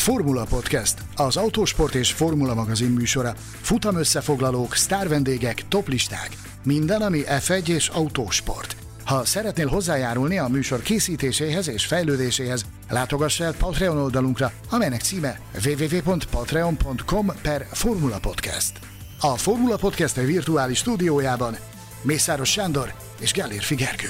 Formula Podcast, az autósport és formula magazin műsora. Futamösszefoglalók, sztárvendégek, toplisták. Minden, ami F1 és autósport. Ha szeretnél hozzájárulni a műsor készítéséhez és fejlődéséhez, látogass el Patreon oldalunkra, amelynek címe www.patreon.com/Formula Podcast. A Formula Podcast virtuális stúdiójában Mészáros Sándor és Gellérfi Gergő.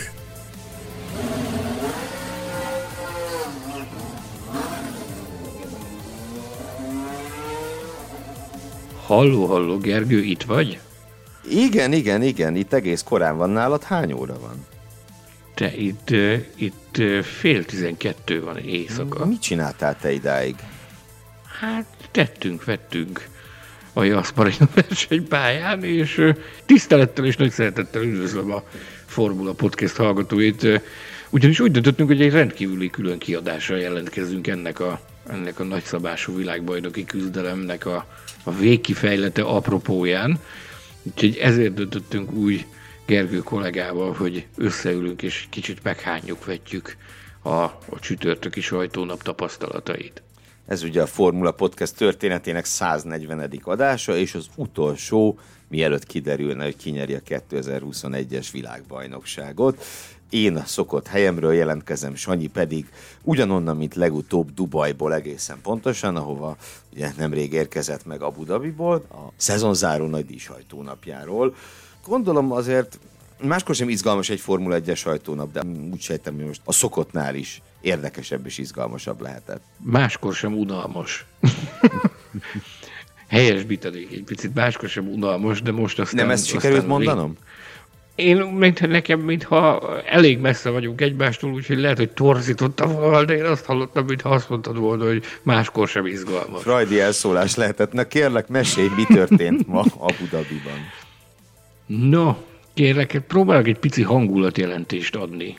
Halló, Gergő, itt vagy? Igen, itt egész korán van nálad. Hány óra van? Te itt fél 12 van éjszaka. Mit csináltál te idáig? Hát vettünk a Jasz-Marina versenypályán, és tisztelettel és nagy szeretettel üdvözlöm a Formula Podcast hallgatóit. Ugyanis úgy döntöttünk, hogy egy rendkívüli külön kiadással jelentkezünk ennek a nagyszabású világbajnoki küzdelemnek a végkifejlete apropóján. Úgyhogy ezért döntöttünk úgy Gergő kollégával, hogy összeülünk és kicsit meghányjuk-vetjük a csütörtöki sajtónap tapasztalatait. Ez ugye a Formula Podcast történetének 140. adása, és az utolsó, mielőtt kiderülne, hogy ki nyeri a 2021-es világbajnokságot. Én a szokott helyemről jelentkezem, Sanyi pedig ugyanonnan, mint legutóbb Dubajból egészen pontosan, ahova ugye nemrég érkezett meg Abu Dhabiból, a szezonzáró nagydíj sajtónapjáról. Gondolom azért máskor sem izgalmas egy Formula 1-es sajtónap, de úgy sejtem, hogy most a szokottnál is érdekesebb és izgalmasabb lehetett. Máskor sem unalmas. Helyesbítenék egy picit, máskor sem unalmas, de most aztán... Nem ezt sikerült mondanom? Nekem, mintha elég messze vagyunk egymástól, úgyhogy lehet, hogy torzítottam volna, de én azt hallottam, mintha azt mondtad volna, hogy máskor sem izgalmas. Freudi elszólás lehetett. Na kérlek, mesélj, mi történt ma Abu Dhabiban. No, kérlek, próbálok egy pici hangulatjelentést adni.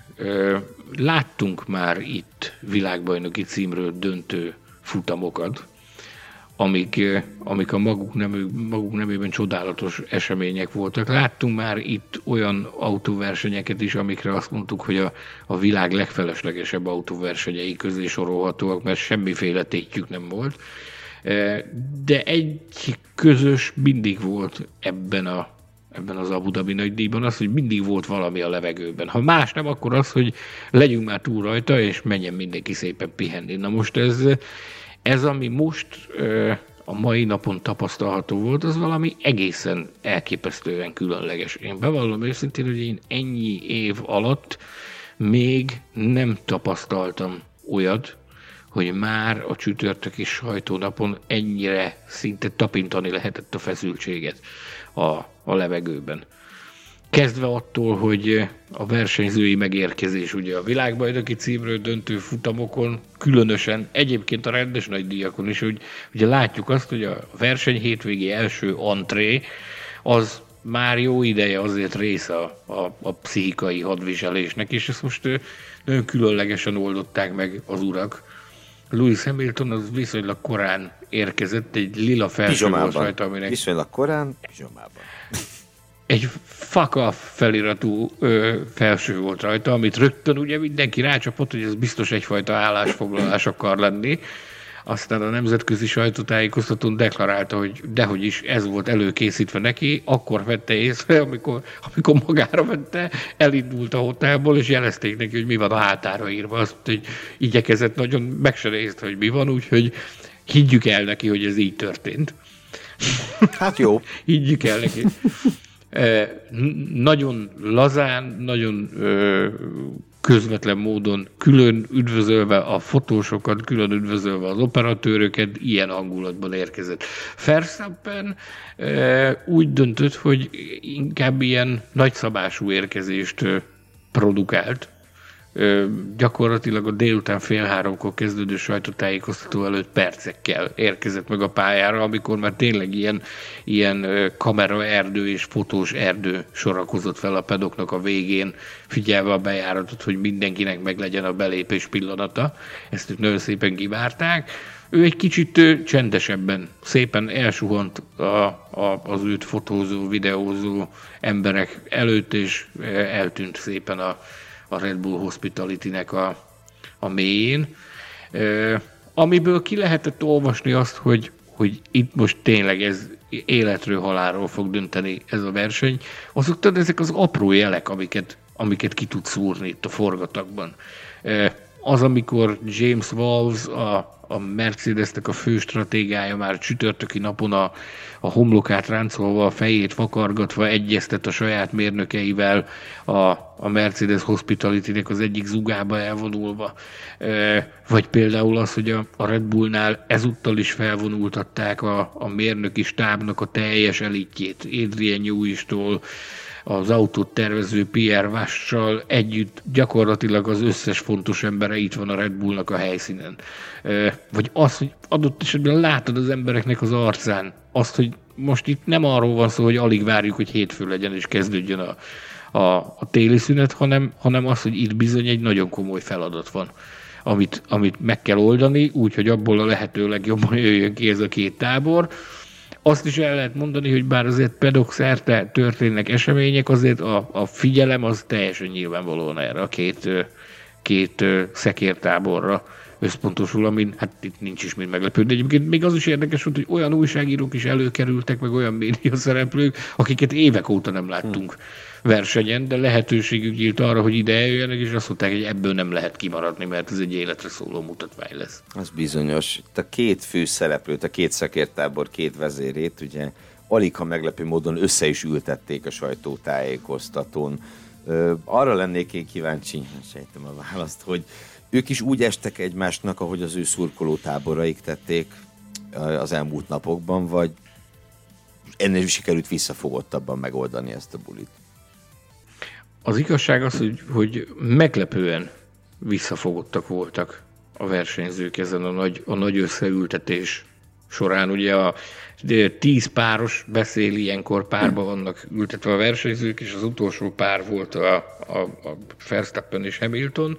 Láttunk már világbajnoki címről döntő futamokat, amik a maguk nemében csodálatos események voltak. Láttunk már itt olyan autóversenyeket is, amikre azt mondtuk, hogy a világ legfeleslegesebb autóversenyei közé sorolhatóak, mert semmiféle tétjük nem volt. De egy közös mindig volt ebben az Abu Dhabi nagydíjban az, hogy mindig volt valami a levegőben. Ha más nem, akkor az, hogy legyünk már túl rajta, és menjen mindenki szépen pihenni. Na most ez, ami most a mai napon tapasztalható volt, az valami egészen elképesztően különleges. Én bevallom őszintén, hogy én ennyi év alatt még nem tapasztaltam olyat, hogy már a csütörtöki sajtónapon ennyire szinte tapintani lehetett a feszültséget a levegőben. Kezdve attól, hogy a versenyzői megérkezés ugye a világbajnoki címről döntő futamokon, különösen egyébként a rendes nagydíjakon is, hogy ugye látjuk azt, hogy a verseny hétvégi első antré az már jó ideje azért része a pszichikai hadviselésnek, és ezt most nagyon különlegesen oldották meg az urak. Lewis Hamilton az viszonylag korán érkezett, egy lila felső volt rajta, aminek... Viszonylag korán, pizsomában. Egy fuck off feliratú felső volt rajta, amit rögtön ugye mindenki rácsapott, hogy ez biztos egyfajta állásfoglalás akar lenni. Aztán a nemzetközi sajtótájékoztatón deklarálta, hogy dehogy is ez volt előkészítve neki, akkor vette észre, amikor magára vette, elindult a hotelból, és jelezték neki, hogy mi van a hátára írva. Azt, hogy igyekezett nagyon, meg se nézte, hogy mi van, úgyhogy higgyük el neki, hogy ez így történt. Hát jó. Higgyük el neki. Nagyon lazán, nagyon közvetlen módon, külön üdvözölve a fotósokat, külön üdvözölve az operatőröket, ilyen hangulatban érkezett. Verstappen úgy döntött, hogy inkább ilyen nagyszabású érkezést produkált. Gyakorlatilag a délután 2:30-kor kezdődő sajtótájékoztató előtt percekkel érkezett meg a pályára, amikor már tényleg ilyen kameraerdő és fotós erdő sorakozott fel a pedoknak a végén, figyelve a bejáratot, hogy mindenkinek meg legyen a belépés pillanata. Ezt ők nagyon szépen kivárták. Ő egy kicsit csendesebben, szépen elsuhant az őt fotózó, videózó emberek előtt, és eltűnt szépen a Red Bull Hospitality-nek a mélyén. amiből ki lehetett olvasni azt, hogy itt most tényleg ez életről halálról fog dönteni ez a verseny, azok tudod, ezek az apró jelek, amiket ki tud szúrni itt a forgatagban. Az, amikor James Walls, a Mercedesnek a fő stratégája már csütörtöki napon a homlokát ráncolva, a fejét vakargatva egyeztet a saját mérnökeivel a Mercedes Hospitality-nek az egyik zugába elvonulva. Vagy például az, hogy a Red Bullnál ezúttal is felvonultatták a mérnöki stábnak a teljes elitjét, Adrian Newey-tól az autót tervező Pierre Vache-sal együtt gyakorlatilag az összes fontos embere itt van a Red Bullnak a helyszínen. Vagy az, hogy adott esetben látod az embereknek az arcán azt, hogy most itt nem arról van szó, hogy alig várjuk, hogy hétfő legyen és kezdődjön a téli szünet, hanem az, hogy itt bizony egy nagyon komoly feladat van, amit meg kell oldani, úgyhogy abból a lehető legjobban jöjjön ki ez a két tábor. Azt is el lehet mondani, hogy bár azért pedok szerte történnek események, azért a figyelem az teljesen nyilvánvalóan erre a két szekértáborra összpontosul, amin hát itt nincs is mind meglepődni. Egyébként még az is érdekes volt, hogy olyan újságírók is előkerültek, meg olyan média szereplők, akiket évek óta nem láttunk versenyen, de lehetőségük nyílt arra, hogy ide eljöjjenek, és azt mondták, hogy ebből nem lehet kimaradni, mert ez egy életre szóló mutatvány lesz. Az bizonyos. Itt a két főszereplőt, a két szekértábor, két vezérét, ugye alig, ha meglepő módon össze is ültették a sajtótájékoztatón. Arra lennék én kíváncsi, sejtem a választ, hogy ők is úgy estek egymásnak, ahogy az ő szurkolótáboraik tették az elmúlt napokban, vagy ennél is sikerült visszafogottabban megoldani ezt a bulit? Az igazság az, hogy meglepően visszafogottak voltak a versenyzők ezen a nagy összeültetés során. Ugye a 10 páros beszél, ilyenkor párban vannak ültetve a versenyzők, és az utolsó pár volt a Verstappen és Hamilton.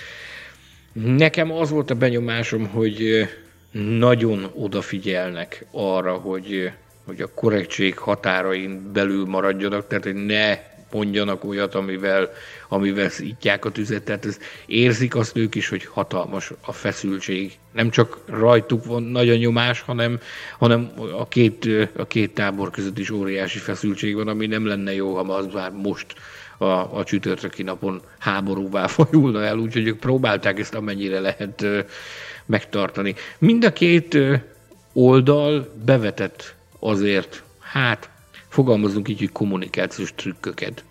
Nekem az volt a benyomásom, hogy nagyon odafigyelnek arra, hogy a korrektség határain belül maradjanak, tehát hogy ne mondjanak olyat, amivel szítják a tüzet. Tehát érzik azt ők is, hogy hatalmas a feszültség. Nem csak rajtuk van nagy a nyomás, hanem a két tábor között is óriási feszültség van, ami nem lenne jó, ha az már most a csütörtöki napon háborúvá fajulna el, úgyhogy ők próbálták ezt amennyire lehet megtartani. Mind a két oldal bevetett azért, fogalmazunk így, hogy kommunikációs trükköket.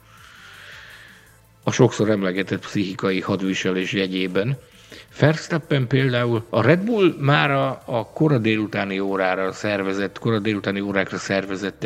A sokszor emlegetett pszichikai hadviselés jegyében. Verstappen például a Red Bull már a kora délutáni órákra szervezett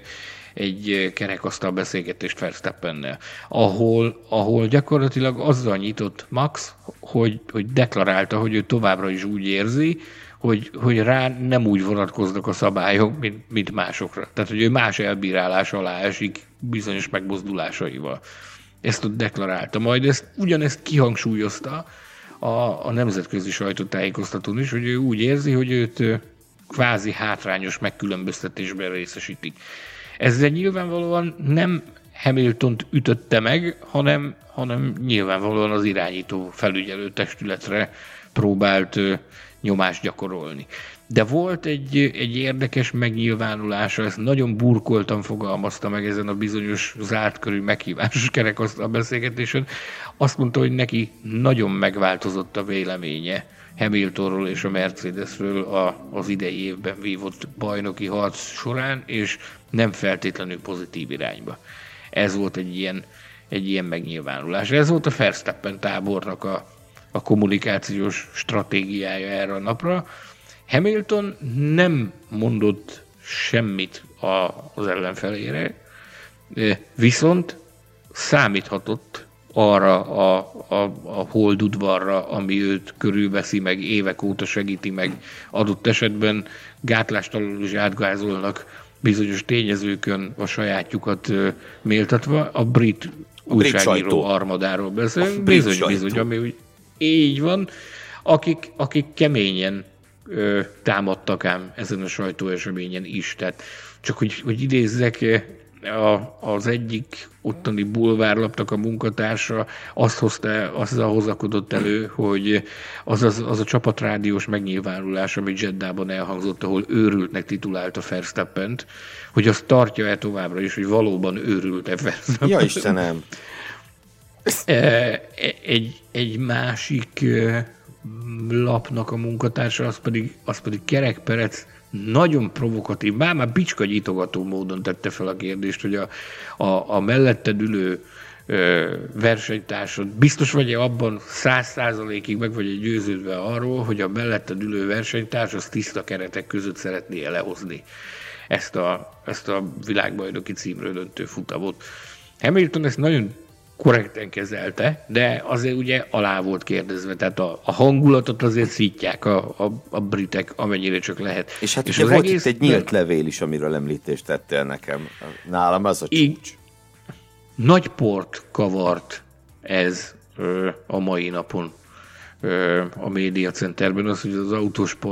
egy kerekasztal beszélgetést Verstappennel, ahol gyakorlatilag azzal nyitott Max, hogy deklarálta, hogy ő továbbra is úgy érzi, hogy rá nem úgy vonatkoznak a szabályok, mint másokra. Tehát, hogy ő más elbírálás alá esik bizonyos megmozdulásaival. Ezt ott deklarálta. Majd ugyanezt kihangsúlyozta a nemzetközi sajtótájékoztatón is, hogy ő úgy érzi, hogy őt kvázi hátrányos megkülönböztetésben részesítik. Ezzel nyilvánvalóan nem Hamiltont ütötte meg, hanem nyilvánvalóan az irányító felügyelő testületre próbált nyomást gyakorolni. De volt egy érdekes megnyilvánulása, ezt nagyon burkoltan fogalmazta meg ezen a bizonyos zártkörű meghívásos kerekasztal beszélgetésen. Azt mondta, hogy neki nagyon megváltozott a véleménye Hamiltonról és a Mercedesről az idei évben vívott bajnoki harc során, és nem feltétlenül pozitív irányba. Ez volt egy ilyen megnyilvánulás. Ez volt a Verstappen tábornak a kommunikációs stratégiája erre a napra. Hamilton nem mondott semmit az ellenfelére, viszont számíthatott arra a holdudvarra, ami őt körülveszi, meg évek óta segíti, meg adott esetben gátlástalanul is átgázolnak bizonyos tényezőkön a sajátjukat méltatva. A brit újságíró armadáról beszélünk. Bizony, ami úgy így van, akik keményen támadtak ám ezen a sajtóeseményen is. Tehát csak hogy idézzek az egyik ottani bulvárlapnak a munkatársa azzal hozakodott elő, hogy az a csapatrádiós megnyilvánulás, ami Jeddában elhangzott, ahol őrültnek titulálta Verstappent, hogy azt tartja-e továbbra is, hogy valóban őrült-e Verstappen. Ja, Istenem! Egy másik lapnak a munkatársa, az pedig Kerek Perec, nagyon provokatív, már bicskanyitogató módon tette fel a kérdést, hogy a melletted ülő versenytársad, biztos vagy-e abban 100%-ig meg vagy győződve arról, hogy a melletted ülő versenytárs az tiszta keretek között szeretné lehozni ezt a világbajnoki címről döntő futamot. Hamilton ezt nagyon korrekten kezelte, de azért ugye alá volt kérdezve, tehát a hangulatot azért szítják a britek, amennyire csak lehet. És hát ugye volt itt egy nyílt levél is, amiről említést tettél nekem. Nálam az a csúcs. Nagy port kavart ez a mai napon a Media Centerben, az, hogy az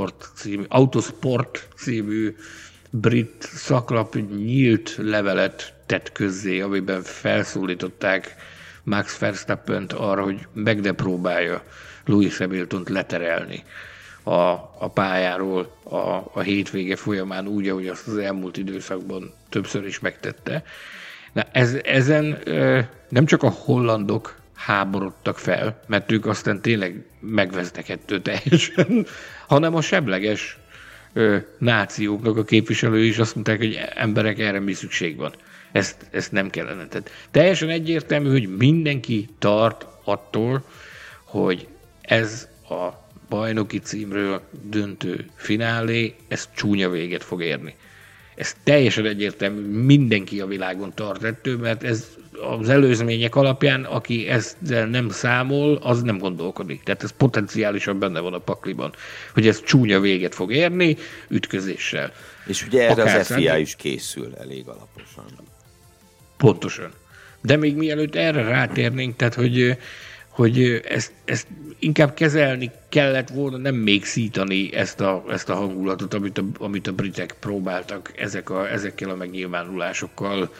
Autosport című brit szaklap nyílt levelet tett közzé, amiben felszólították Max Verstappent arra, hogy meg ne próbálja Lewis Hamiltont leterelni a pályáról a hétvége folyamán úgy, ahogy azt az elmúlt időszakban többször is megtette. Na, ezen nem csak a hollandok háborodtak fel, mert ők aztán tényleg megvesztekedtő teljesen, hanem a semleges nációknak a képviselői is azt mondták, hogy emberek, erre mi szükség van. Ezt nem kellene. Tehát teljesen egyértelmű, hogy mindenki tart attól, hogy ez a bajnoki címről döntő finálé, ez csúnya véget fog érni. Ez teljesen egyértelmű, mindenki a világon tart ettől, mert ez az előzmények alapján, aki ezzel nem számol, az nem gondolkodik. Tehát ez potenciálisan benne van a pakliban, hogy ez csúnya véget fog érni, ütközéssel. És ugye erre az FIA is készül elég alaposan. Pontosan. De még mielőtt erre rátérnénk, tehát hogy ezt inkább kezelni kellett volna, nem még szítani ezt a hangulatot, amit a britek próbáltak ezekkel a megnyilvánulásokkal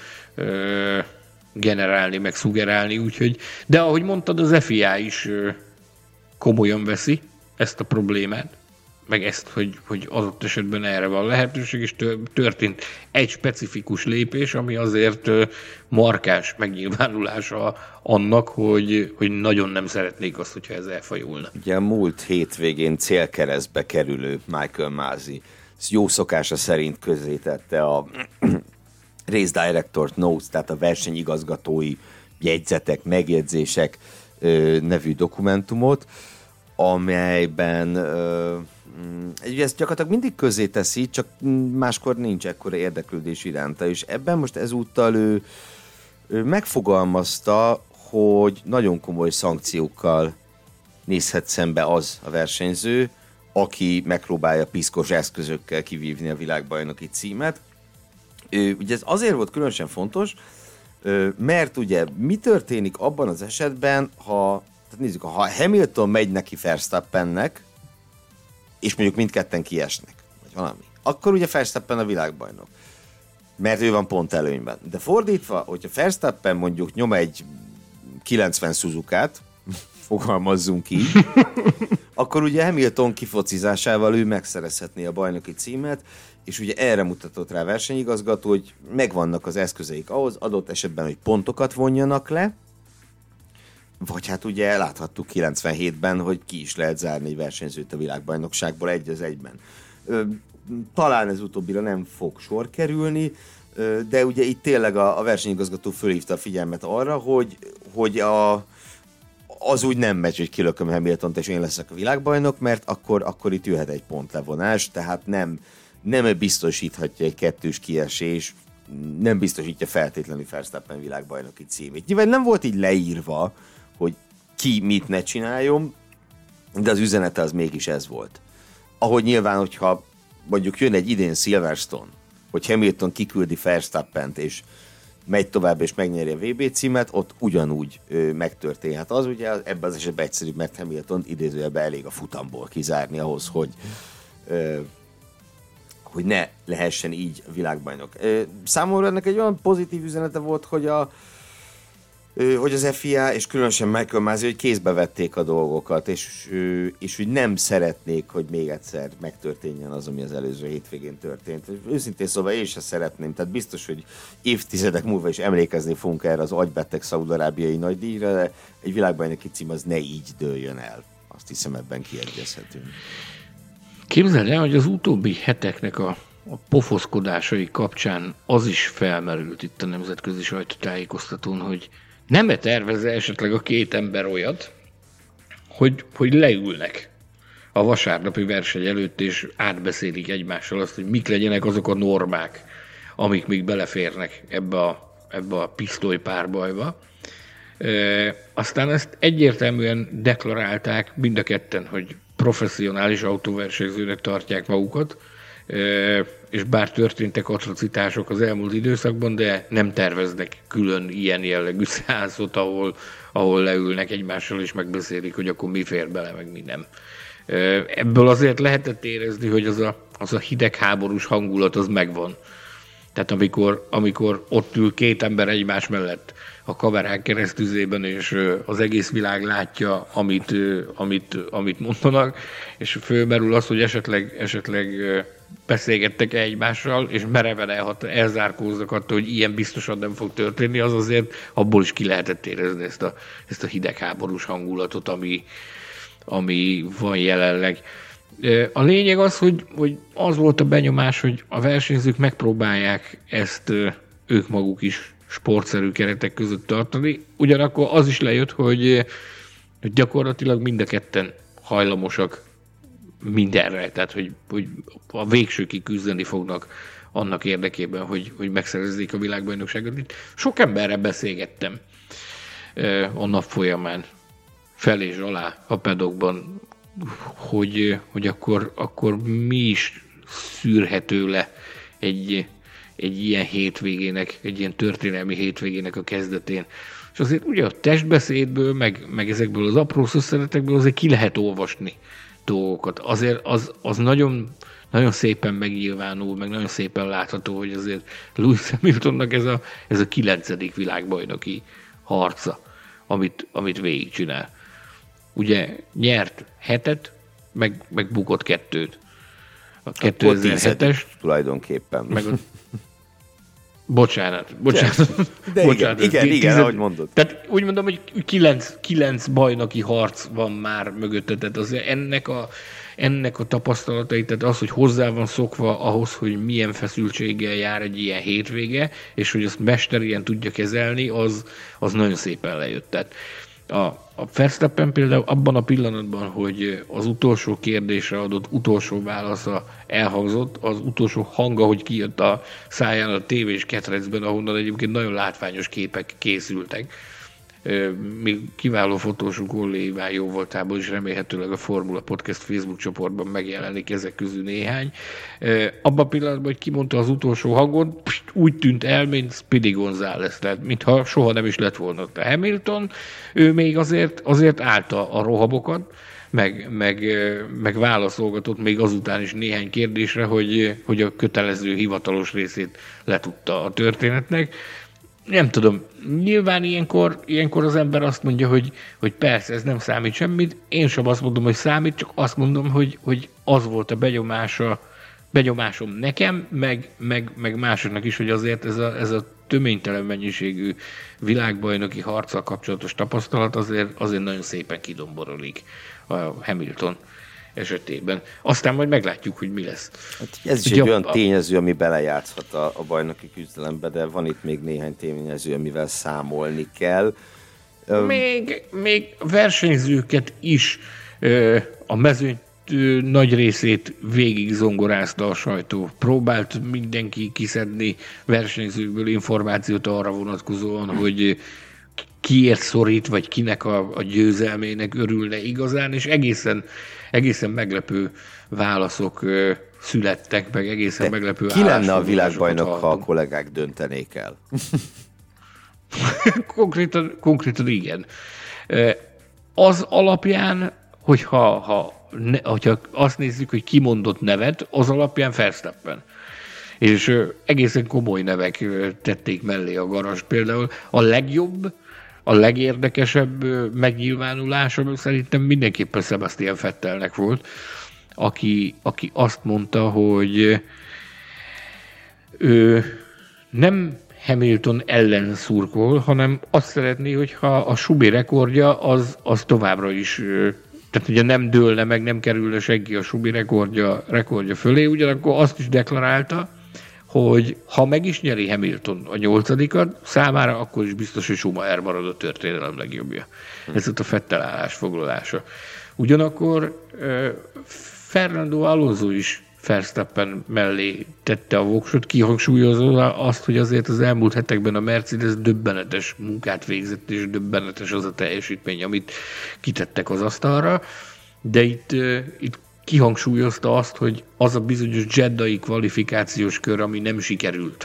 generálni, meg szugerálni, úgyhogy, de ahogy mondtad, az FIA is komolyan veszi ezt a problémát, meg ezt, hogy adott esetben erre van lehetőség, és történt egy specifikus lépés, ami azért markáns megnyilvánulása annak, hogy nagyon nem szeretnék azt, hogyha ez elfajulna. Ugye a múlt hétvégén célkeresztbe kerülő Michael Masi jó szokása szerint közzétette a Race Director Notes, tehát a versenyigazgatói jegyzetek, megjegyzések nevű dokumentumot, amelyben ugye ezt gyakorlatilag mindig közzé teszi, csak máskor nincs ekkora érdeklődés iránta, és ebben most ezúttal ő megfogalmazta, hogy nagyon komoly szankciókkal nézhet szembe az a versenyző, aki megpróbálja piszkos eszközökkel kivívni a világbajnoki címet. Ugye ez azért volt különösen fontos, mert ugye mi történik abban az esetben, nézzük, ha Hamilton megy neki Verstappennek, és mondjuk mindketten kiesnek, vagy valami, akkor ugye Verstappen a világbajnok, mert ő van pont előnyben. De fordítva, hogyha Verstappen mondjuk nyom egy 90 Suzukát, fogalmazzunk így, akkor ugye Hamilton kifocizásával ő megszerezhetné a bajnoki címet, és ugye erre mutatott rá a versenyigazgató, hogy megvannak az eszközeik ahhoz, adott esetben, hogy pontokat vonjanak le, vagy hát ugye láthattuk 97-ben, hogy ki is lehet zárni egy versenyzőt a világbajnokságból 1-1. Talán ez utóbbira nem fog sor kerülni, de ugye itt tényleg a versenyigazgató fölhívta a figyelmet arra, hogy az úgy nem megy, hogy kilököm Hamiltont, és én leszek a világbajnok, mert akkor itt jöhet egy pontlevonás, tehát nem biztosíthatja egy kettős kiesés, nem biztosítja feltétlenül Verstappen világbajnoki címét. Nyilván nem volt így leírva, hogy ki mit ne csináljon, de az üzenete az mégis ez volt. Ahogy nyilván, hogyha mondjuk jön egy idén Silverstone, hogy Hamilton kiküldi Verstappent, és megy tovább és megnyeri a VB címet, ott ugyanúgy megtörténhet az, ugye ebben az esetben egyszerűbb, mert Hamilton idézőjelben elég a futamból kizárni ahhoz, hogy ne lehessen így világbajnok. Számomra ennek egy olyan pozitív üzenete volt, hogy az FIA, és különösen Michael Masi, hogy kézbe vették a dolgokat, és hogy nem szeretnék, hogy még egyszer megtörténjen az, ami az előző hétvégén történt. Őszintén szóval én sem szeretném, tehát biztos, hogy évtizedek múlva is emlékezni fogunk erre az agybeteg szaúd-arábiai nagydíjra, de egy világbajnoki cím az ne így dőljön el. Azt hiszem, ebben kiegyezhetünk. Képzeld el, hogy az utóbbi heteknek a pofoszkodásai kapcsán az is felmerült itt a nemzetközi sajtótájékoztatón, hogy nem-e tervezze esetleg a két ember olyat, hogy leülnek a vasárnapi verseny előtt, és átbeszélik egymással azt, hogy mik legyenek azok a normák, amik még beleférnek ebbe a pisztolypárbajba. Aztán ezt egyértelműen deklarálták mind a ketten, hogy professzionális autóversenyzőnek tartják magukat, és bár történtek atrocitások az elmúlt időszakban, de nem terveznek külön ilyen jellegű százot, ahol leülnek egymással és megbeszélik, hogy akkor mi fér bele, meg mi nem. Ebből azért lehetett érezni, hogy az a hidegháborús hangulat az megvan. Tehát amikor ott ül két ember egymás mellett a kamerák keresztüzében, és az egész világ látja, amit mondanak, és fölmerül az, hogy esetleg beszélgettek egymással, és mereven elzárkóznak attól, hogy ilyen biztosan nem fog történni, az azért abból is ki lehetett érezni ezt a hidegháborús hangulatot, ami van jelenleg. A lényeg az, hogy az volt a benyomás, hogy a versenyzők megpróbálják ezt ők maguk is sportszerű keretek között tartani. Ugyanakkor az is lejött, hogy gyakorlatilag mind a ketten hajlamosak mindenre, tehát hogy a végsőkig küzdeni fognak annak érdekében, hogy megszerezzék a világbajnokságot. Itt sok emberrel beszélgettem a nap folyamán, fel és alá a pedokban, hogy akkor mi is szűrhető le egy ilyen hétvégének, egy ilyen történelmi hétvégének a kezdetén. És azért ugye a testbeszédből, meg ezekből az apró szösszenetekből azért ki lehet olvasni dolgokat. Azért az nagyon, nagyon szépen megnyilvánul, meg nagyon szépen látható, hogy azért Lewis Hamiltonnak ez a 9. világbajnoki harca, amit végigcsinál. Ugye nyert 7-et, meg bukott 2-t. A 2007-es tulajdonképpen. Bocsánat. De bocsánat, igen, ahogy mondod. Tehát úgy mondom, hogy 9 bajnoki harc van már mögötte, tehát azért ennek a tapasztalatai, tehát az, hogy hozzá van szokva ahhoz, hogy milyen feszültséggel jár egy ilyen hétvége, és hogy azt mesterien tudja kezelni, az nagyon szépen lejött. Tehát a Verstappen például abban a pillanatban, hogy az utolsó kérdésre adott utolsó válasza elhangzott, az utolsó hanga, hogy kijött a száján a tévés ketrecben, ahonnan egyébként nagyon látványos képek készültek. Még kiváló fotósunk Ollé Iván jó voltából is remélhetőleg a Formula Podcast Facebook csoportban megjelenik ezek közül néhány. Abban a pillanatban, hogy kimondta az utolsó hangot, úgy tűnt el, mint Speedy González, tehát mintha soha nem is lett volna a Hamilton. Ő még azért állta a rohabokat, meg válaszolgatott még azután is néhány kérdésre, hogy a kötelező hivatalos részét letudta a történetnek. Nem tudom, nyilván ilyenkor az ember azt mondja, hogy persze ez nem számít semmit, én sem azt mondom, hogy számít, csak azt mondom, hogy az volt a benyomásom nekem, meg másoknak is, hogy azért ez a töménytelen mennyiségű világbajnoki harccal kapcsolatos tapasztalat azért nagyon szépen kidomborolik a Hamilton esetében. Aztán majd meglátjuk, hogy mi lesz. Hát ez is egy olyan tényező, ami belejátszhat a bajnoki küzdelembe, de van itt még néhány tényező, amivel számolni kell. Még versenyzőket is a mezőny nagy részét végig zongorázta a sajtó. Próbált mindenki kiszedni versenyzőkből információt arra vonatkozóan, hogy kiért szorít, vagy kinek a győzelmének örülne igazán, és egészen meglepő válaszok születtek, meg egészen meglepő ki lenne a világbajnok, ha a kollégák döntenék el? konkrétan igen. Az alapján, hogyha hogyha azt nézzük, hogy ki mondott nevet, az alapján Verstappen. És egészen komoly nevek tették mellé a garast. Például a legjobb, a legérdekesebb megnyilvánulása szerintem mindenképpen Sebastian Vettelnek volt, aki azt mondta, hogy ő nem Hamilton ellen szurkol, hanem azt szeretné, hogyha a Subi rekordja az továbbra is, tehát ugye nem dőlne meg, nem kerülne senki a Subi rekordja fölé, ugyanakkor azt is deklarálta, hogy ha meg is nyeri Hamilton a 8-at, számára akkor is biztos, hogy Schumacher marad a történelem legjobbja. Ez ott a Vettel állásfoglalása. Ugyanakkor Fernando Alonso is Verstappen mellé tette a voksot, kihangsúlyozva azt, hogy azért az elmúlt hetekben a Mercedes döbbenetes munkát végzett, és döbbenetes az a teljesítmény, amit kitettek az asztalra, de itt kihangsúlyozta azt, hogy az a bizonyos Jeddai kvalifikációs kör, ami nem sikerült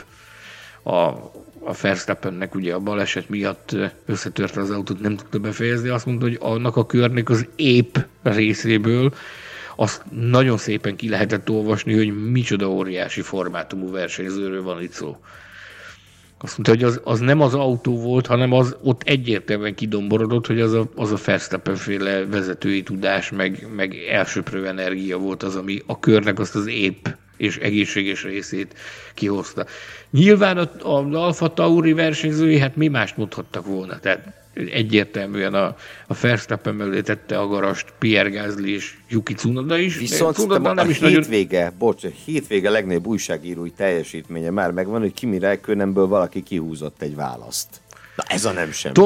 a Verstappennek, ugye a baleset miatt összetörte az autót, nem tudta befejezni, azt mondta, hogy annak a körnek az épp részéből azt nagyon szépen ki lehetett olvasni, hogy micsoda óriási formátumú versenyzőről van itt szó. Azt mondta, hogy az nem az autó volt, hanem az ott egyértelműen kidomborodott, hogy az a Verstappen-féle vezetői tudás, meg elsöprő energia volt az, ami a körnek azt az épp és egészséges részét kihozta. Nyilván az Alfa Tauri versenyzői, hát mi mást mondhattak volna, tehát egyértelműen a Verstappen mellé tette a garast Pierre Gasly és Yuki Tsunoda is. Viszont a hétvége legnagyobb újságírói teljesítménye már megvan, hogy Kimi Räikkönenből valaki kihúzott egy választ. Na ez a nem semmi.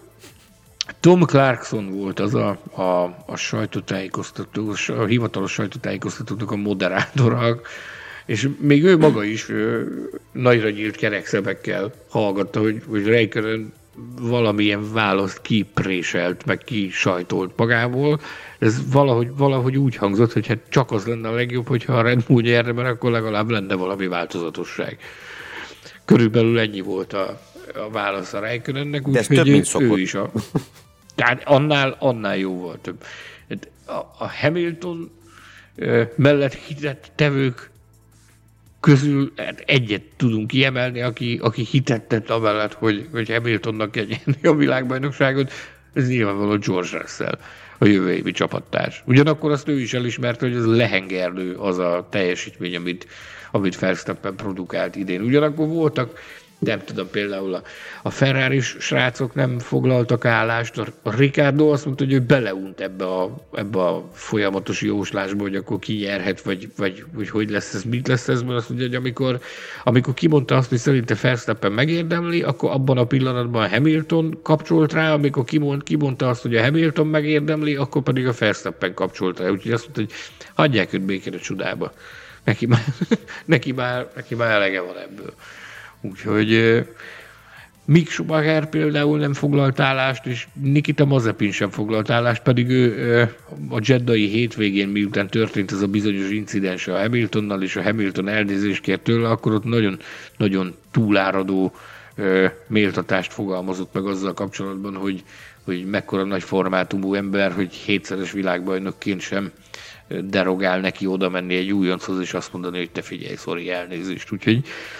Tom Clarkson volt az a sajtótájékoztató, a hivatalos sajtótájékoztatónak a moderátora, és még ő maga is nagyra nyílt kerekszemekkel hallgatta, hogy Räikkönen valamilyen választ kipréselt, meg kisajtolt magából. Ez valahogy úgy hangzott, hogy hát csak az lenne a legjobb, hogyha a Red Bull nyerne, mert akkor legalább lenne valami változatosság. Körülbelül ennyi volt a válasz a Räikkönennek, úgyhogy ő is tehát annál jóval több. A Hamilton mellett hitett tevők közül egyet tudunk kiemelni, aki hitet tett amellett, hogy Hamiltonnak kell nyerni a világbajnokságot, ez nyilvánvalóan George Russell, a jövő évi csapattárs. Ugyanakkor azt ő is elismerte, hogy ez lehengerlő az a teljesítmény, amit Verstappen produkált idén. Ugyanakkor voltak, nem tudom, például a Ferrari-s srácok nem foglaltak állást, a Ricciardo azt mondta, hogy ő beleunt ebbe a folyamatos jóslásba, hogy akkor ki nyerhet, vagy hogy lesz ez, mit lesz ez, mert azt mondja, hogy amikor kimondta azt, hogy szerinte Verstappen megérdemli, akkor abban a pillanatban a Hamilton kapcsolt rá, amikor kimondta azt, hogy a Hamilton megérdemli, akkor pedig a Verstappen kapcsolt rá. Úgyhogy azt mondta, hogy hagyják őt békére csudába. Neki már elege van ebből. Úgyhogy Mick Schumacher például nem foglalt állást, és Nikita Mazepin sem foglalt állást, pedig ő a Jeddai hétvégén, miután történt ez a bizonyos incidens a Hamiltonnal, és a Hamilton elnézést kért tőle, akkor ott nagyon, nagyon túláradó méltatást fogalmazott meg azzal kapcsolatban, hogy mekkora nagy formátumú ember, hogy 7-szeres világbajnokként sem derogál neki oda menni egy újonchoz, és azt mondani, hogy te figyelj, sorry, elnézést. Úgyhogy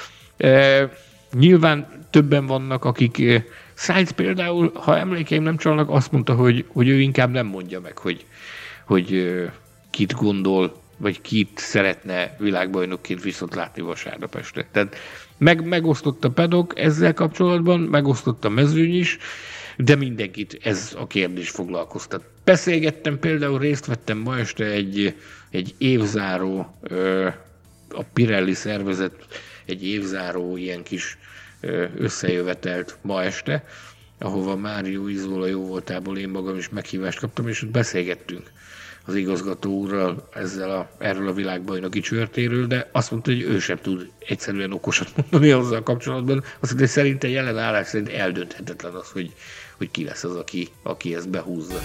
nyilván többen vannak, akik Sainz például, ha emlékeim nem csalnak, azt mondta, hogy ő inkább nem mondja meg, hogy kit gondol, vagy kit szeretne világbajnokként viszont látni vasárnap este. Tehát megosztott a paddock ezzel kapcsolatban, megosztott a mezőny is, de mindenkit ez a kérdés foglalkoztat. Beszélgettem, például részt vettem ma este egy évzáró, a Pirelli szervezet egy évzáró ilyen kis összejövetelt ma este, ahova Mário Isola jó voltából én magam is meghívást kaptam, és ott beszélgettünk az igazgató úrral erről a világbajnoki csörtéről, de azt mondta, hogy ő sem tud egyszerűen okosat mondani azzal kapcsolatban. Azt mondta, hogy szerintem jelen állás szerint eldönthetetlen az, hogy ki lesz az, aki ezt behúzza.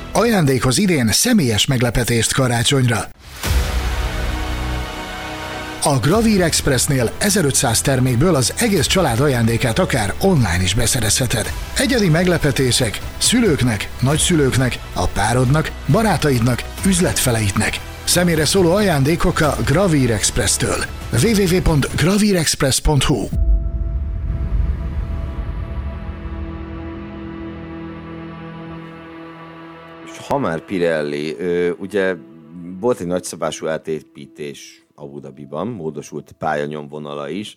Ajándékhoz idén személyes meglepetést karácsonyra. A Gravír Expressnél 1500 termékből az egész család ajándékát akár online is beszerezheted. Egyedi meglepetések szülőknek, nagyszülőknek, a párodnak, barátaidnak, üzletfeleitnek. Személyre szóló ajándékok a Gravír Expresstől. www.gravirexpress.hu. Ha már Pirelli, ugye volt egy nagyszabású átépítés Abu Dhabiban, módosult pályanyomvonala is,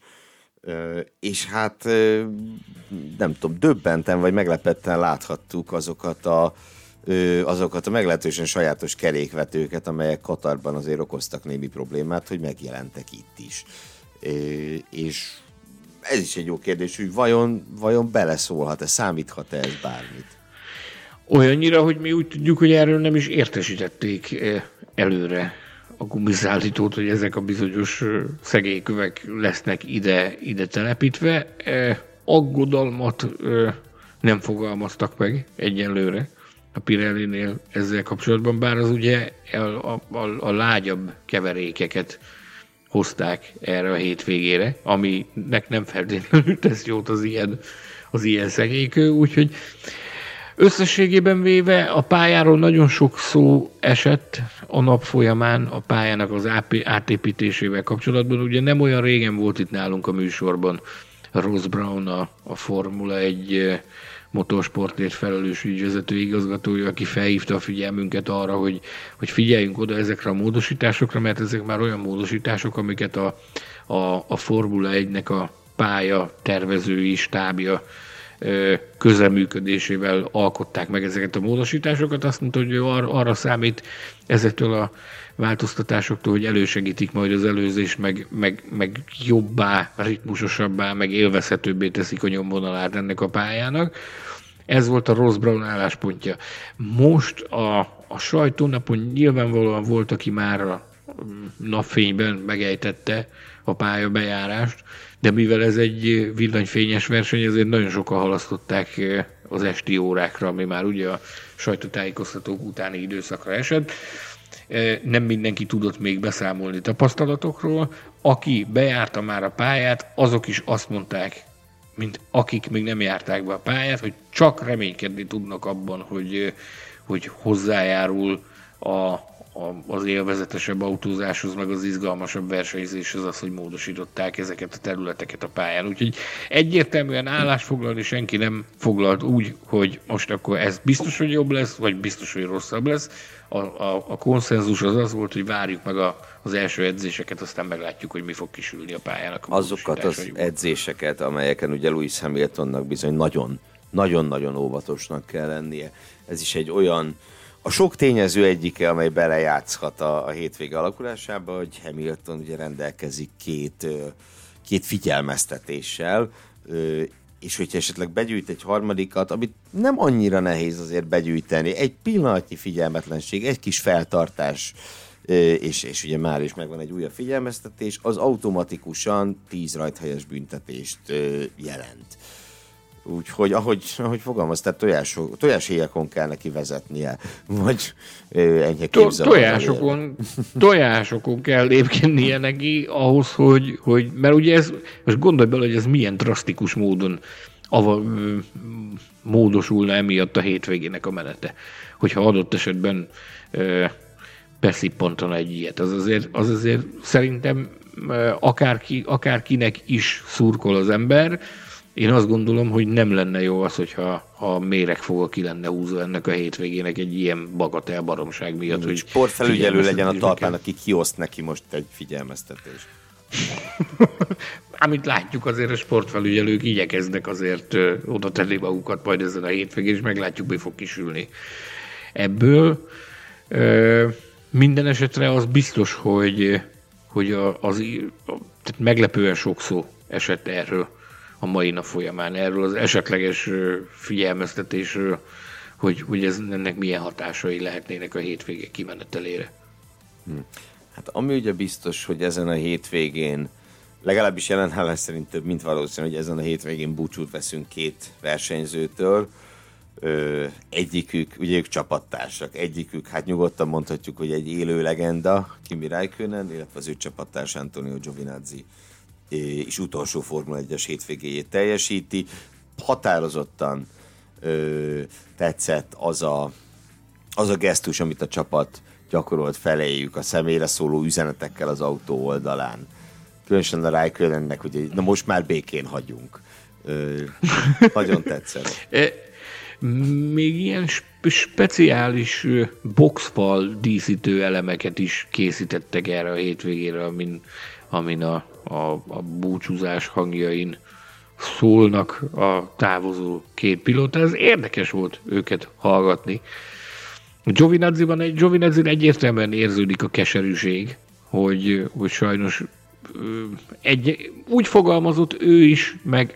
és hát nem tudom, döbbenten vagy meglepetten láthattuk azokat a meglehetősen sajátos kerékvetőket, amelyek Katarban azért okoztak némi problémát, hogy megjelentek itt is. És ez is egy jó kérdés, hogy vajon beleszólhat-e, számíthat-e ez bármit? Olyannyira, hogy mi úgy tudjuk, hogy erről nem is értesítették előre a gumiszállítót, hogy ezek a bizonyos szegélykövek lesznek ide telepítve. Aggodalmat nem fogalmaztak meg egyenlőre a Pirellinél ezzel kapcsolatban, bár az ugye a lágyabb keverékeket hozták erre a hétvégére, aminek nem feltétlenül tesz jót az ilyen szegélykő, úgyhogy összességében véve a pályáról nagyon sok szó esett a nap folyamán a pályának az átépítésével kapcsolatban. Ugye nem olyan régen volt itt nálunk a műsorban Ross Brown, a Formula 1 motorsportért felelős ügyvezető igazgatója, aki felhívta a figyelmünket arra, hogy figyeljünk oda ezekre a módosításokra, mert ezek már olyan módosítások, amiket a Formula 1-nek a pálya tervezői stábja közreműködésével alkották meg ezeket a módosításokat. Azt mondta, hogy arra számít ezektől a változtatásoktól, hogy elősegítik majd az előzést, meg jobbá, ritmusosabbá, meg élvezhetőbbé teszik a nyomvonalát ennek a pályának. Ez volt a Ross Brown álláspontja. Most a sajtónapon nyilvánvalóan volt, aki már a napfényben megejtette a pályabejárást, de mivel ez egy villanyfényes verseny, ezért nagyon sokan halasztották az esti órákra, ami már ugye a sajtótájékoztatók utáni időszakra esett. Nem mindenki tudott még beszámolni tapasztalatokról. Aki bejárta már a pályát, azok is azt mondták, mint akik még nem járták be a pályát, hogy csak reménykedni tudnak abban, hogy hozzájárul az élvezetesebb autózáshoz, meg az izgalmasabb versenyzéshez az, hogy módosították ezeket a területeket a pályán. Úgyhogy egyértelműen állásfoglalni senki nem foglalt úgy, hogy most akkor ez biztos, hogy jobb lesz, vagy biztos, hogy rosszabb lesz. A konszenzus az volt, hogy várjuk meg az első edzéseket, aztán meglátjuk, hogy mi fog kisülni a pályának. Azokat az edzéseket, amelyeken ugye Lewis Hamiltonnak bizony nagyon-nagyon óvatosnak kell lennie. Ez is egy olyan, a sok tényező egyike, amely belejátszhat a hétvége alakulásába, hogy Hamilton ugye rendelkezik két figyelmeztetéssel, és hogyha esetleg begyűjt egy harmadikat, amit nem annyira nehéz azért begyűjteni, egy pillanatnyi figyelmetlenség, egy kis feltartás, és ugye már is megvan egy újabb figyelmeztetés, az automatikusan 10 rajthelyes büntetést jelent. Úgyhogy, ahogy fogalmaz, tehát tojáshéjakon kell neki vezetnie, vagy enyhe képzelni. Tojásokon kell lépkednie neki ahhoz, hogy mert ugye ez, most gondolj bele, hogy ez milyen drasztikus módon módosulna emiatt a hétvégének a menete. Hogyha adott esetben beszippantana egy ilyet. Az azért szerintem akárkinek is szurkol az ember. Én azt gondolom, hogy nem lenne jó az, hogyha méregfoga ki lenne húzva ennek a hétvégének egy ilyen bagatel baromság miatt. Hogy sportfelügyelő legyen a talpán, aki kioszt neki most egy figyelmeztetést. Amit látjuk, azért a sportfelügyelők igyekeznek azért oda tenni magukat majd ezen a hétvégén, és meglátjuk, mi fog kisülni ebből. Minden esetre az biztos, hogy tehát meglepően sok szó esett erről a mai nap folyamán, erről az esetleges figyelmeztetésről, hogy ennek milyen hatásai lehetnének a hétvége kimenetelére. Hát ami ugye biztos, hogy ezen a hétvégén, legalábbis jelen állás szerint több, mint valószínű, hogy ezen a hétvégén búcsút veszünk két versenyzőtől. egyikük, ugye ők csapattársak, egyikük, hát nyugodtan mondhatjuk, hogy egy élő legenda, Kimi Räikkönen, illetve az ő csapattárs Antonio Giovinazzi és utolsó Formula 1-es hétvégéjét teljesíti. Határozottan tetszett az a gesztus, amit a csapat gyakorolt feléjük a személyre szóló üzenetekkel az autó oldalán. Különösen a Räikkönennek, hogy na most már békén hagyjunk. Nagyon tetszett. Még ilyen speciális boxfal díszítő elemeket is készítettek erre a hétvégére, amin a búcsúzás hangjain szólnak a távozó két pilóta. Ez érdekes volt őket hallgatni. Giovinazzi egyértelműen érződik a keserűség, hogy sajnos úgy fogalmazott ő is, meg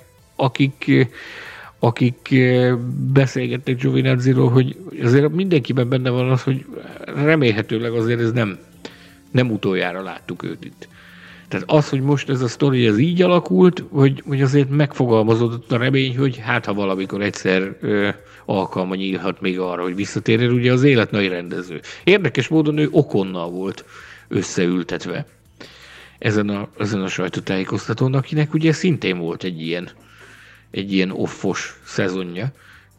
akik beszélgettek Giovinazziról, hogy azért mindenkiben benne van az, hogy remélhetőleg azért ez nem utoljára láttuk őt itt. Tehát az, hogy most ez a sztori ez így alakult, hogy azért megfogalmazódott a remény, hogy hát ha valamikor egyszer alkalma nyílhat még arra, hogy visszatérjen, ugye az élet nagy rendező. Érdekes módon ő Oconnal volt összeültetve ezen a sajtótájékoztatón, akinek ugye szintén volt egy ilyen offos szezonja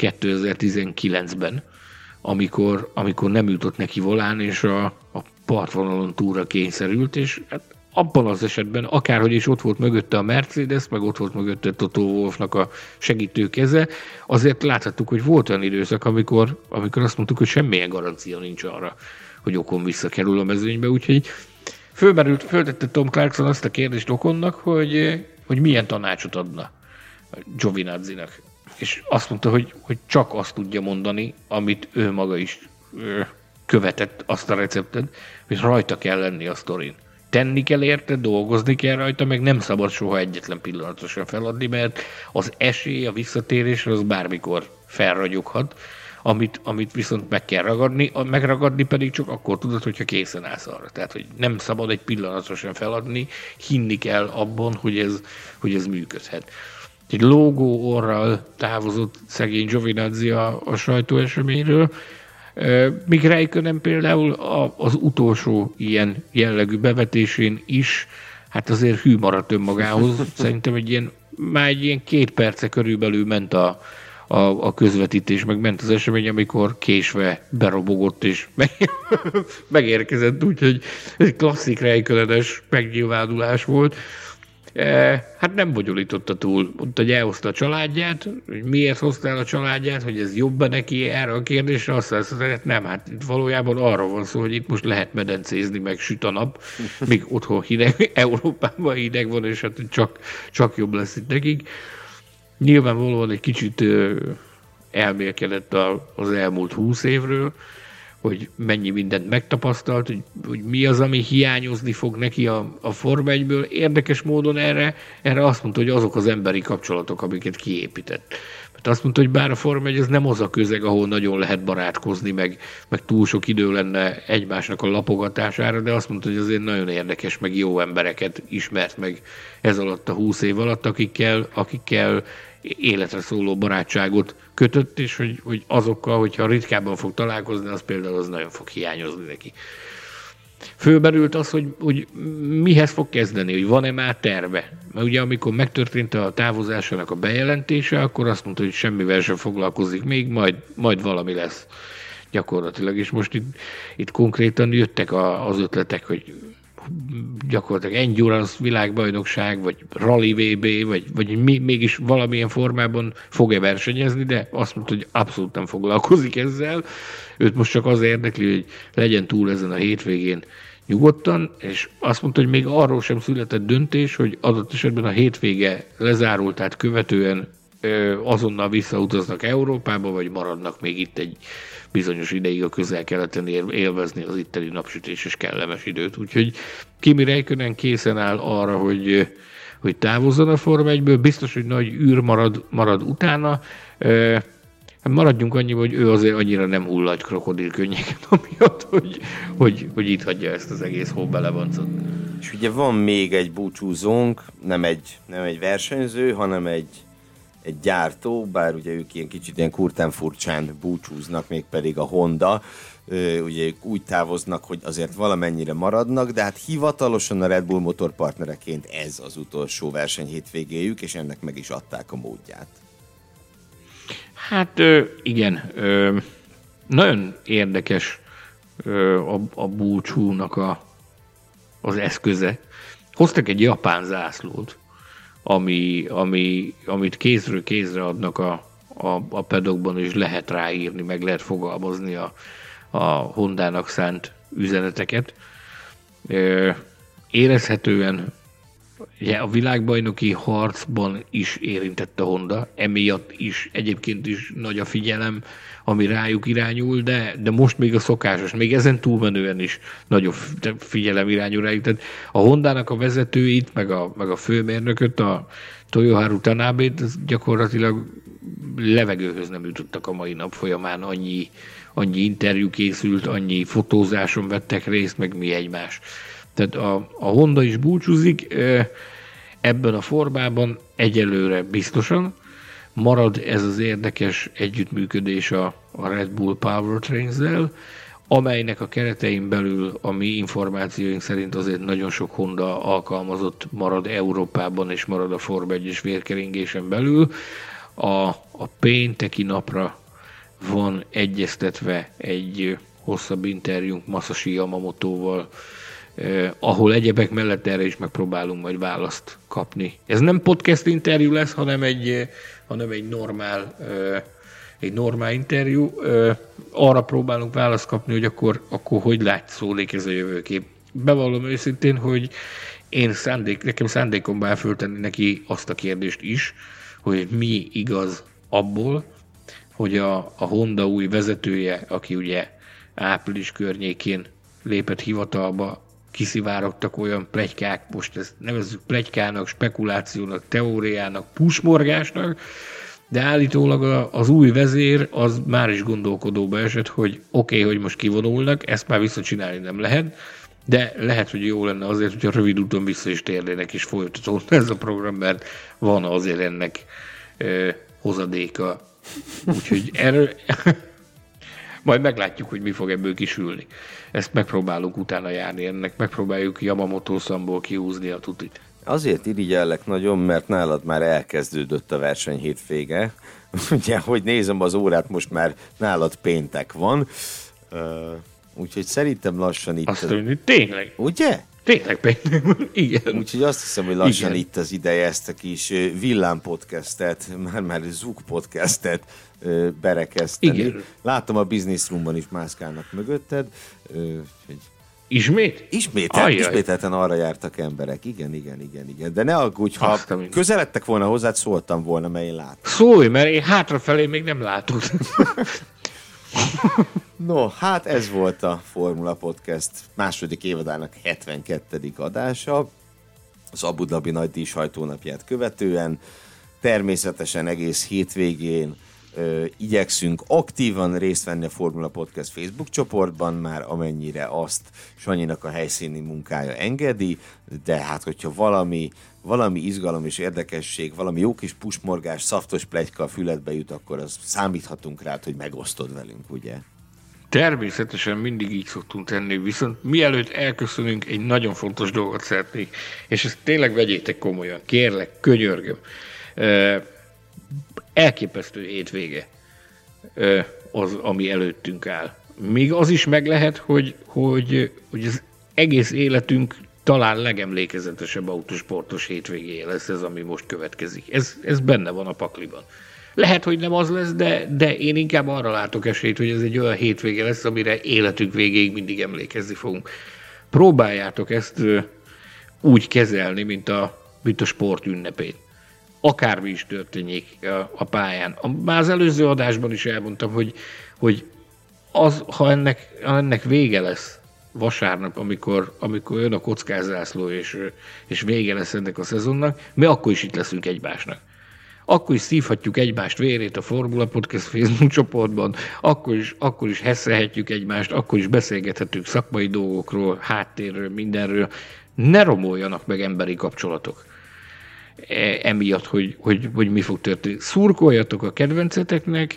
2019-ben, amikor nem jutott neki volán, és a partvonalon túlra kényszerült, és hát abban az esetben, akárhogy is ott volt mögötte a Mercedes, meg ott volt mögötte Toto Wolffnak a segítő keze, azért láthattuk, hogy volt olyan időszak, amikor azt mondtuk, hogy semmilyen garancia nincs arra, hogy Ocon visszakerül a mezőnybe, úgyhogy föltette Tom Clarkson azt a kérdést Oconnak, hogy milyen tanácsot adna Giovinazzinak. És azt mondta, hogy csak azt tudja mondani, amit ő maga is követett, azt a receptet, hogy rajta kell lenni a sztorin. Tenni kell érte, dolgozni kell rajta, meg nem szabad soha egyetlen pillanatosan feladni, mert az esély a visszatérésre az bármikor felragyoghat, amit viszont meg kell ragadni, megragadni pedig csak akkor tudod, hogyha készen állsz arra. Tehát, hogy nem szabad egy pillanatosan feladni, hinni kell abban, hogy ez működhet. Egy lógó orral távozott szegény Giovinazzi a sajtóeseményről, míg Räikkönen például az utolsó ilyen jellegű bevetésén is, hát azért hű maradt önmagához. Szerintem egy ilyen 2 perce körülbelül ment a közvetítés, meg ment az esemény, amikor késve berobogott és megérkezett, úgyhogy egy klasszik Räikkönenes megnyilvánulás volt. Hát nem bonyolította túl. Mondta, hogy elhozta a családját, hogy miért hoztál a családját, hogy ez jobb neki erre a kérdésre, azt mondta, nem, hát itt valójában arról van szó, hogy itt most lehet medencézni, meg süt a nap, míg otthon hideg, Európában hideg van, és hát csak jobb lesz itt nekik. Nyilvánvalóan egy kicsit elmélkedett az elmúlt 20 évről, hogy mennyi mindent megtapasztalt, hogy mi az, ami hiányozni fog neki a Forma 1-ből. Érdekes módon erre azt mondta, hogy azok az emberi kapcsolatok, amiket kiépített. Mert azt mondta, hogy bár a Forma 1 az nem az a közeg, ahol nagyon lehet barátkozni, meg túl sok idő lenne egymásnak a lapogatására, de azt mondta, hogy azért nagyon érdekes, meg jó embereket ismert meg ez alatt a 20 év alatt, akikkel életre szóló barátságot kötött, és hogy azokkal, hogyha ritkábban fog találkozni, az például az nagyon fog hiányozni neki. Fölmerült az, hogy mihez fog kezdeni, hogy van-e már terve. Mert ugye amikor megtörtént a távozásának a bejelentése, akkor azt mondta, hogy semmivel sem foglalkozik még, majd valami lesz gyakorlatilag. És most itt konkrétan jöttek az ötletek, hogy gyakorlatilag endurance világbajnokság, vagy rally VB, vagy mégis valamilyen formában fog-e versenyezni, de azt mondta, hogy abszolút nem foglalkozik ezzel. Őt most csak az érdekli, hogy legyen túl ezen a hétvégén nyugodtan, és azt mondta, hogy még arról sem született döntés, hogy adott esetben a hétvége lezárultát követően azonnal visszautaznak Európába, vagy maradnak még itt egy bizonyos ideig a Közel-Keleten élvezni az itteni napsütéses kellemes időt. Úgyhogy Kimi Räikkönen készen áll arra, hogy távozzon a Forma 1-ből. Biztos, hogy nagy űr marad utána. Maradjunk annyiba, hogy ő azért annyira nem hullad krokodilkönnyeket amiatt, hogy itt hagyja ezt az egész hóbelevancot. És ugye van még egy búcsúzónk, nem egy versenyző, hanem egy egy gyártó, bár ugye ők kicsit kurtán furcsán búcsúznak, mégpedig a Honda, ugye ők úgy távoznak, hogy azért valamennyire maradnak, de hát hivatalosan a Red Bull motorpartnereként ez az utolsó verseny hétvégéjük, és ennek meg is adták a módját. Hát igen, nagyon érdekes a búcsúnak az eszköze. Hoztak egy japán zászlót, amit kézről kézre adnak a pedokban, és lehet ráírni, meg lehet fogalmazni a Hondának szánt üzeneteket. Érezhetően ugye, a világbajnoki harcban is érintett a Honda, emiatt is egyébként is nagy a figyelem, ami rájuk irányul, de most még a szokásos, még ezen túlmenően is nagyobb figyelem irányul rájuk. Tehát a Hondának a vezetőit, meg a főmérnököt, a Toyoharu Tanabét gyakorlatilag levegőhöz nem jutottak a mai nap folyamán, annyi interjú készült, annyi fotózáson vettek részt, meg mi egymás. Tehát a Honda is búcsúzik ebben a formában egyelőre biztosan. Marad ez az érdekes együttműködés a Red Bull Powertrains-del, amelynek a keretein belül a mi információink szerint azért nagyon sok Honda alkalmazott marad Európában, és marad a Forma 1-es vérkeringésen belül. A pénteki napra van egyeztetve egy hosszabb interjúnk Masashi Yamamotoval, ahol egyebek mellett erre is megpróbálunk majd választ kapni. Ez nem podcast interjú lesz, hanem egy normál interjú. Arra próbálunk választ kapni, hogy akkor hogy látszódik ez a jövőkép. Bevallom őszintén, hogy nekem szándékom bár föltenni neki azt a kérdést is, hogy mi igaz abból, hogy a Honda új vezetője, aki ugye április környékén lépett hivatalba, kiszivárogtak olyan pletykák, most ezt nevezzük pletykának, spekulációnak, teóriának, pusmorgásnak, de állítólag az új vezér az már is gondolkodóba esett, hogy oké, hogy most kivonulnak, ezt már visszacsinálni nem lehet, de lehet, hogy jó lenne azért, hogyha rövid úton vissza is térnének, és folytatódna ez a program, mert van azért ennek hozadéka. Úgyhogy erről majd meglátjuk, hogy mi fog ebből kisülni. Ezt megpróbálunk utána járni ennek, megpróbáljuk Yamamoto-számból kihúzni a tutit. Azért irigyellek nagyon, mert nálad már elkezdődött a verseny hétvége. Ugye, hogy nézem az órát, most már nálad péntek van. Úgyhogy szerintem lassan itt... Azt mondjuk, tényleg. Ugye? Tényleg péntek van, igen. Úgyhogy azt hiszem, hogy lassan igen. Itt az ideje ezt a kis Villám podcastet, már Zug podcastet berekeszteni. Igen. Látom, a Business Roomban is mászkálnak mögötted. Ismét? Ismételten arra jártak emberek. Igen. De ne aggódj, ha közeledtek volna hozzád, szóltam volna, mert én látom. Szólj, mert én hátrafelé még nem látod. No, hát ez volt a Formula Podcast második évadának 72. adása, az Abu Dhabi nagy díj sajtónapját követően. Természetesen egész hétvégén igyekszünk aktívan részt venni a Formula Podcast Facebook csoportban, már amennyire azt Sanyinak a helyszíni munkája engedi, de hát hogyha valami izgalom és érdekesség, valami jó kis pusmorgás, szaftos pletyka a füledbe jut, akkor az számíthatunk rá, hogy megosztod velünk, ugye? Természetesen mindig így szoktunk tenni, viszont mielőtt elköszönünk, egy nagyon fontos dolgot szeretnék, és ezt tényleg vegyétek komolyan, kérlek, könyörgöm. Elképesztő hétvége az, ami előttünk áll. Még az is meg lehet, hogy az egész életünk talán legemlékezetesebb autósportos hétvégéje lesz ez, ami most következik. Ez benne van a pakliban. Lehet, hogy nem az lesz, de én inkább arra látok esélyt, hogy ez egy olyan hétvége lesz, amire életünk végéig mindig emlékezni fogunk. Próbáljátok ezt úgy kezelni, mint a sport ünnepét. Akármi is történjék a pályán. Már az előző adásban is elmondtam, hogy ha ennek vége lesz vasárnap, amikor jön a kockázászló, és vége lesz ennek a szezonnak, mi akkor is itt leszünk egymásnak. Akkor is szívhatjuk egymást vérét a Formula Podcast Facebook csoportban, akkor is hesszelhetjük egymást, akkor is beszélgethetünk szakmai dolgokról, háttérről, mindenről. Ne romoljanak meg emberi kapcsolatok. emiatt, hogy mi fog történni. Szurkoljatok a kedvenceteknek,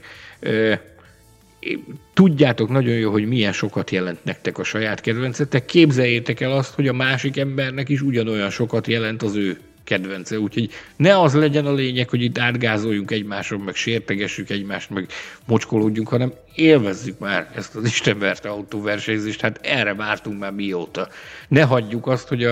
tudjátok nagyon jó, hogy milyen sokat jelent nektek a saját kedvencetek, képzeljétek el azt, hogy a másik embernek is ugyanolyan sokat jelent az ő kedvence, úgyhogy ne az legyen a lényeg, hogy itt átgázoljunk egymáson, meg sértegessük egymást, meg mocskolódjunk, hanem élvezzük már ezt az istenverte autóversenyzést, hát erre vártunk már mióta. Ne hagyjuk azt, hogy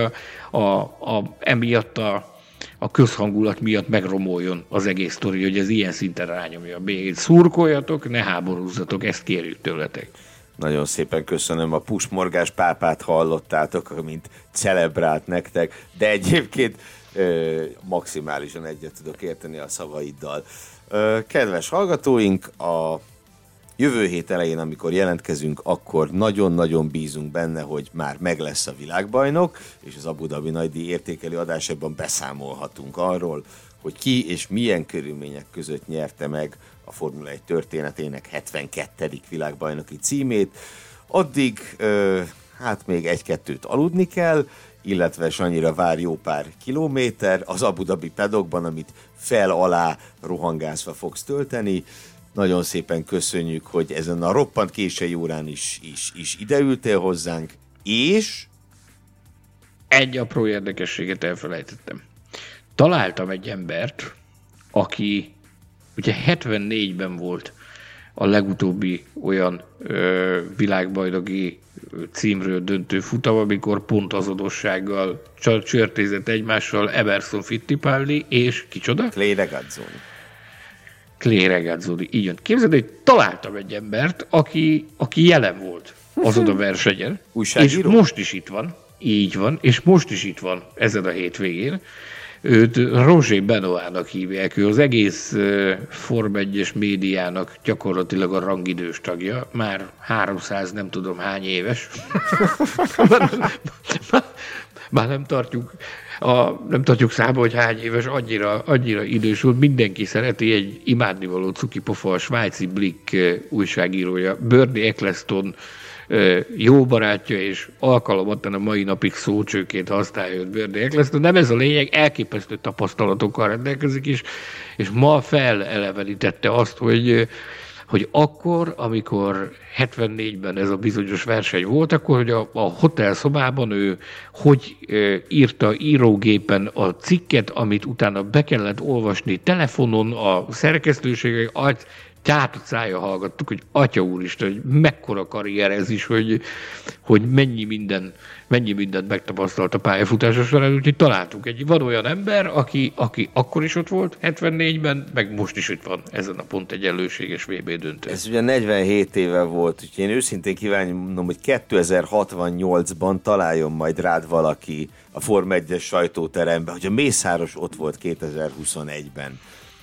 emiatt a közhangulat miatt megromoljon az egész sztori, hogy ez ilyen szinten rányomja a bélyegét. Szurkoljatok, ne háborúzzatok, ezt kérjük tőletek. Nagyon szépen köszönöm, a pusmorgás pápát hallottátok, mint celebrált nektek, de egyébként maximálisan egyet tudok érteni a szavaiddal. Kedves hallgatóink, a jövő hét elején, amikor jelentkezünk, akkor nagyon-nagyon bízunk benne, hogy már meg lesz a világbajnok, és az Abu Dhabi nagydíj értékelő adásában beszámolhatunk arról, hogy ki és milyen körülmények között nyerte meg a Formula 1 történetének 72. világbajnoki címét. Addig hát még egy-kettőt aludni kell, illetve annyira vár jó pár kilométer az Abu Dhabi paddockban, amit fel-alá rohangászva fogsz tölteni. Nagyon szépen köszönjük, hogy ezen a roppant késői órán is ideültél hozzánk, és... Egy apró érdekességet elfelejtettem. Találtam egy embert, aki ugye 74-ben volt a legutóbbi olyan világbajnoki címről döntő futam, amikor pontazodossággal csörtézett egymással Emerson Fittipaldi és kicsoda? Clay Regazzoni. Clay Regazzoni, így jön. Képzeld, hogy találtam egy embert, aki jelen volt azon a versenyen, és most is itt van, így van, és most is itt van ezen a hétvégén. Őt Roger Benoit-nak hívják, ő az egész Form 1-es médiának gyakorlatilag a rangidős tagja, már 300 nem tudom hány éves. Már nem tartjuk számba, hogy hány éves, annyira idős volt, mindenki szereti, egy imádnivaló cukipofa, a svájci Blick újságírója, Bernie Eccleston jó barátja, és alkalomatlan a mai napig szócsőként használja őt Bernie Eccleston. Nem ez a lényeg, elképesztő tapasztalatokkal rendelkezik is, és ma felelevenítette azt, hogy akkor, amikor 74-ben ez a bizonyos verseny volt, akkor hogy a hotelszobában ő hogy írta írógépen a cikket, amit utána be kellett olvasni telefonon, a szerkesztőségek, tátott szája hallgattuk, hogy Atya úristen, hogy mekkora karrier ez is, hogy mennyi mindent megtapasztalt a pályafutása során, úgyhogy találtunk van olyan ember, aki akkor is ott volt, 74-ben, meg most is itt van ezen a pont egyenlőséges VB döntő. Ez ugye 47 éve volt, úgyhogy én őszintén kívánom, hogy 2068-ban találjon majd rád valaki a Form 1-es sajtóteremben, hogy a Mészáros ott volt 2021-ben.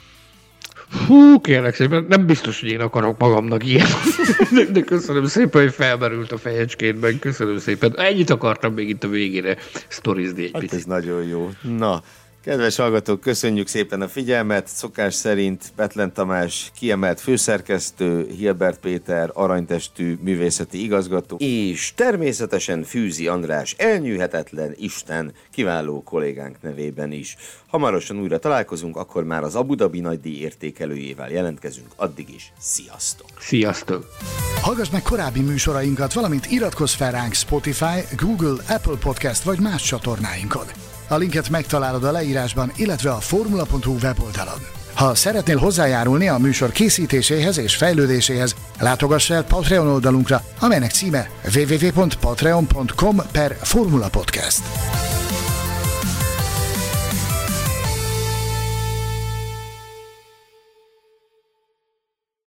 Hú, kérlek szépen, nem biztos, hogy én akarok magamnak ilyen. De köszönöm szépen, hogy felmerült a fejecskétben, köszönöm szépen. Ennyit akartam még itt a végére sztorizni egy picit. Ez nagyon jó. Na, kedves hallgatók, köszönjük szépen a figyelmet. Szokás szerint Bethlen Tamás kiemelt főszerkesztő, Hilbert Péter aranytestű művészeti igazgató, és természetesen Fűzi András elnyűhetetlen Isten kiváló kollégánk nevében is. Hamarosan újra találkozunk, akkor már az Abu Dhabi nagydíj értékelőjével jelentkezünk. Addig is sziasztok! Sziasztok! Hallgass meg korábbi műsorainkat, valamint iratkozz fel ránk Spotify, Google, Apple Podcast vagy más csatornáinkon. A linket megtalálod a leírásban, illetve a formula.hu weboldalon. Ha szeretnél hozzájárulni a műsor készítéséhez és fejlődéséhez, látogass el Patreon oldalunkra, amelynek címe www.patreon.com/formulapodcast.